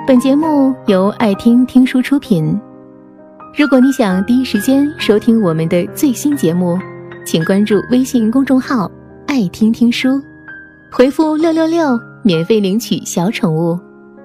本节目由爱听听书出品。如果你想第一时间收听我们的最新节目，请关注微信公众号爱听听书，回复666免费领取小宠物。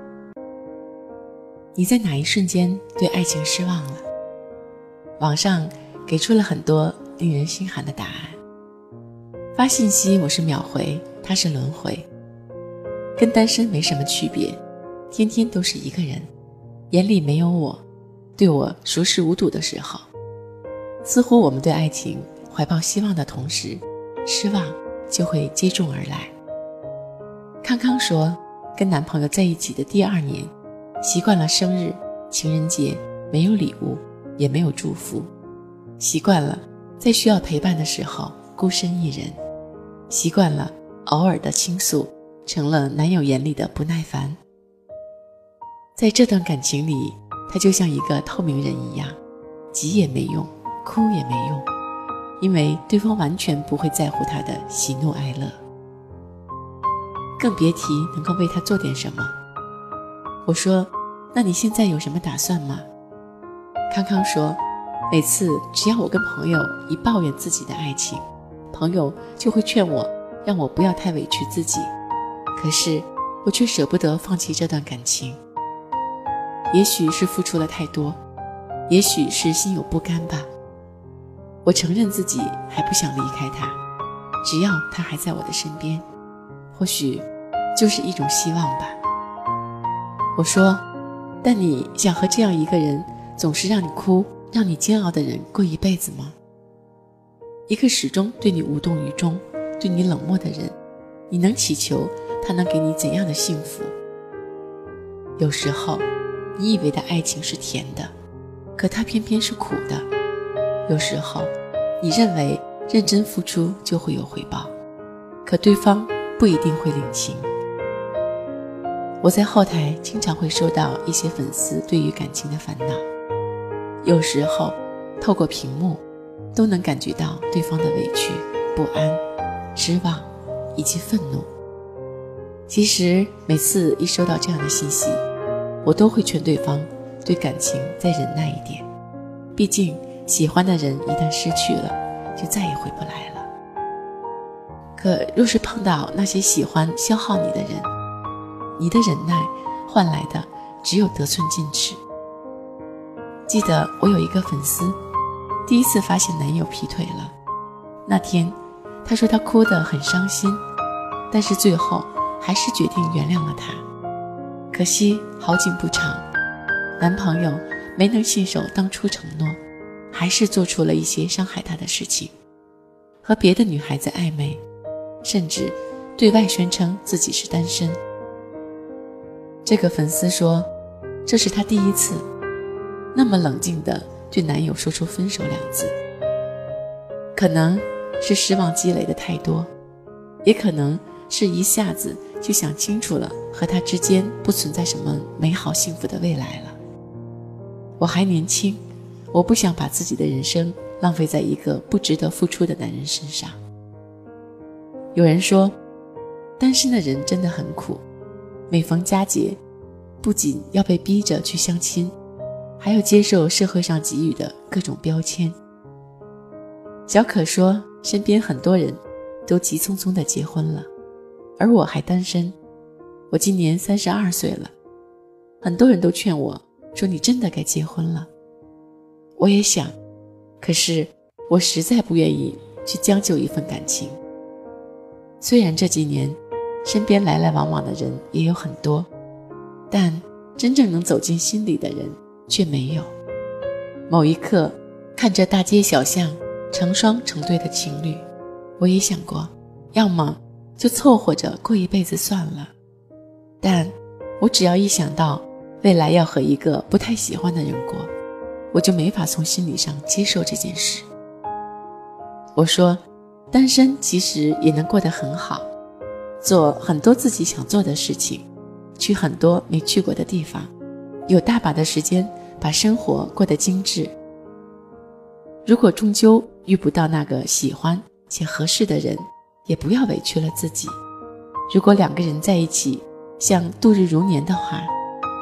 你在哪一瞬间对爱情失望了？网上给出了很多令人心寒的答案。发信息我是秒回，他是轮回，跟单身没什么区别，天天都是一个人，眼里没有我，对我熟视无睹的时候，似乎我们对爱情怀抱希望的同时，失望就会接踵而来。康康说，跟男朋友在一起的第2年，习惯了生日、情人节没有礼物，也没有祝福，习惯了在需要陪伴的时候孤身一人，习惯了偶尔的倾诉成了男友眼里的不耐烦。在这段感情里，他就像一个透明人一样，急也没用，哭也没用，因为对方完全不会在乎他的喜怒哀乐，更别提能够为他做点什么。我说，那你现在有什么打算吗？康康说，每次只要我跟朋友一抱怨自己的爱情，朋友就会劝我，让我不要太委屈自己，可是我却舍不得放弃这段感情。也许是付出了太多，也许是心有不甘吧。我承认自己还不想离开他，只要他还在我的身边，或许就是一种希望吧。我说，但你想和这样一个人总是让你哭，让你煎熬的人过一辈子吗？一个始终对你无动于衷，对你冷漠的人，你能祈求他能给你怎样的幸福？有时候你以为的爱情是甜的，可它偏偏是苦的。有时候你认为认真付出就会有回报，可对方不一定会领情。我在后台经常会收到一些粉丝对于感情的烦恼，有时候透过屏幕都能感觉到对方的委屈、不安、失望以及愤怒。其实每次一收到这样的信息，我都会劝对方对感情再忍耐一点，毕竟喜欢的人一旦失去了，就再也回不来了。可若是碰到那些喜欢消耗你的人，你的忍耐换来的只有得寸进尺。记得我有一个粉丝，第一次发现男友劈腿了，那天她说她哭得很伤心，但是最后还是决定原谅了他。可惜好景不长，男朋友没能信守当初承诺，还是做出了一些伤害她的事情，和别的女孩子暧昧，甚至对外宣称自己是单身。这个粉丝说，这是她第一次那么冷静地对男友说出分手2字。可能是失望积累的太多，也可能是一下子就想清楚了，和他之间不存在什么美好幸福的未来了。我还年轻，我不想把自己的人生浪费在一个不值得付出的男人身上。有人说，单身的人真的很苦，每逢佳节，不仅要被逼着去相亲，还要接受社会上给予的各种标签。小可说，身边很多人都急匆匆地结婚了，而我还单身。我今年32岁了，很多人都劝我说，你真的该结婚了。我也想，可是我实在不愿意去将就一份感情。虽然这几年身边来来往往的人也有很多，但真正能走进心里的人却没有。某一刻，看着大街小巷成双成对的情侣，我也想过，要么就凑合着过一辈子算了，但我只要一想到未来要和一个不太喜欢的人过，我就没法从心理上接受这件事。我说，单身其实也能过得很好，做很多自己想做的事情，去很多没去过的地方，有大把的时间把生活过得精致。如果终究遇不到那个喜欢且合适的人，也不要委屈了自己。如果2个人在一起像度日如年的话，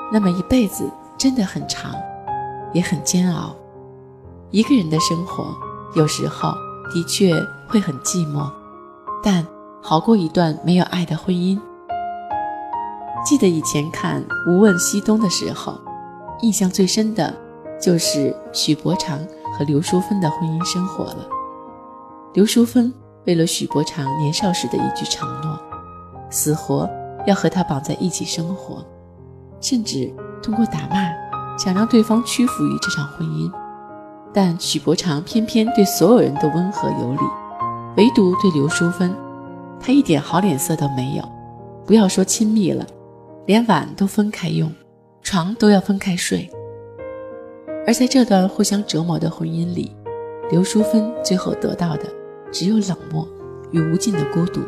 那么一辈子真的很长，也很煎熬。一个人的生活有时候的确会很寂寞，但好过一段没有爱的婚姻。记得以前看《无问西东》的时候，印象最深的就是许伯常和刘淑芬的婚姻生活了。刘淑芬为了许伯常年少时的一句承诺，死活要和他绑在一起生活，甚至通过打骂想让对方屈服于这场婚姻。但许伯常偏偏对所有人都温和有礼，唯独对刘淑芬，他一点好脸色都没有。不要说亲密了，连碗都分开用，床都要分开睡。而在这段互相折磨的婚姻里，刘淑芬最后得到的只有冷漠与无尽的孤独。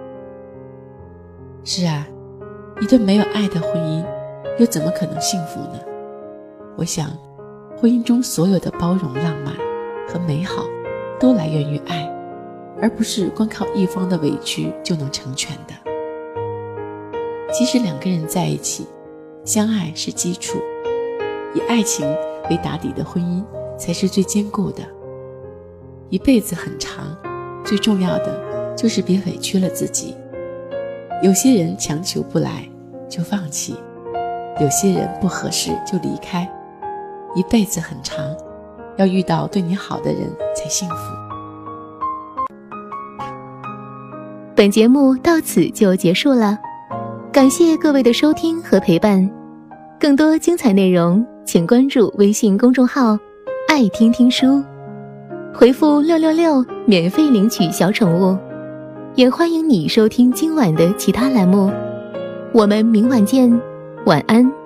是啊，一段没有爱的婚姻又怎么可能幸福呢？我想婚姻中所有的包容、浪漫和美好都来源于爱，而不是光靠一方的委屈就能成全的。其实两个人在一起，相爱是基础，以爱情为打底的婚姻才是最坚固的。一辈子很长，最重要的就是别委屈了自己。有些人强求不来就放弃，有些人不合适就离开。一辈子很长，要遇到对你好的人才幸福。 本节目到此就结束了，感谢各位的收听和陪伴。更多精彩内容请关注微信公众号爱听听书，回复666免费领取小宠物。也欢迎你收听今晚的其他栏目。我们明晚见，晚安。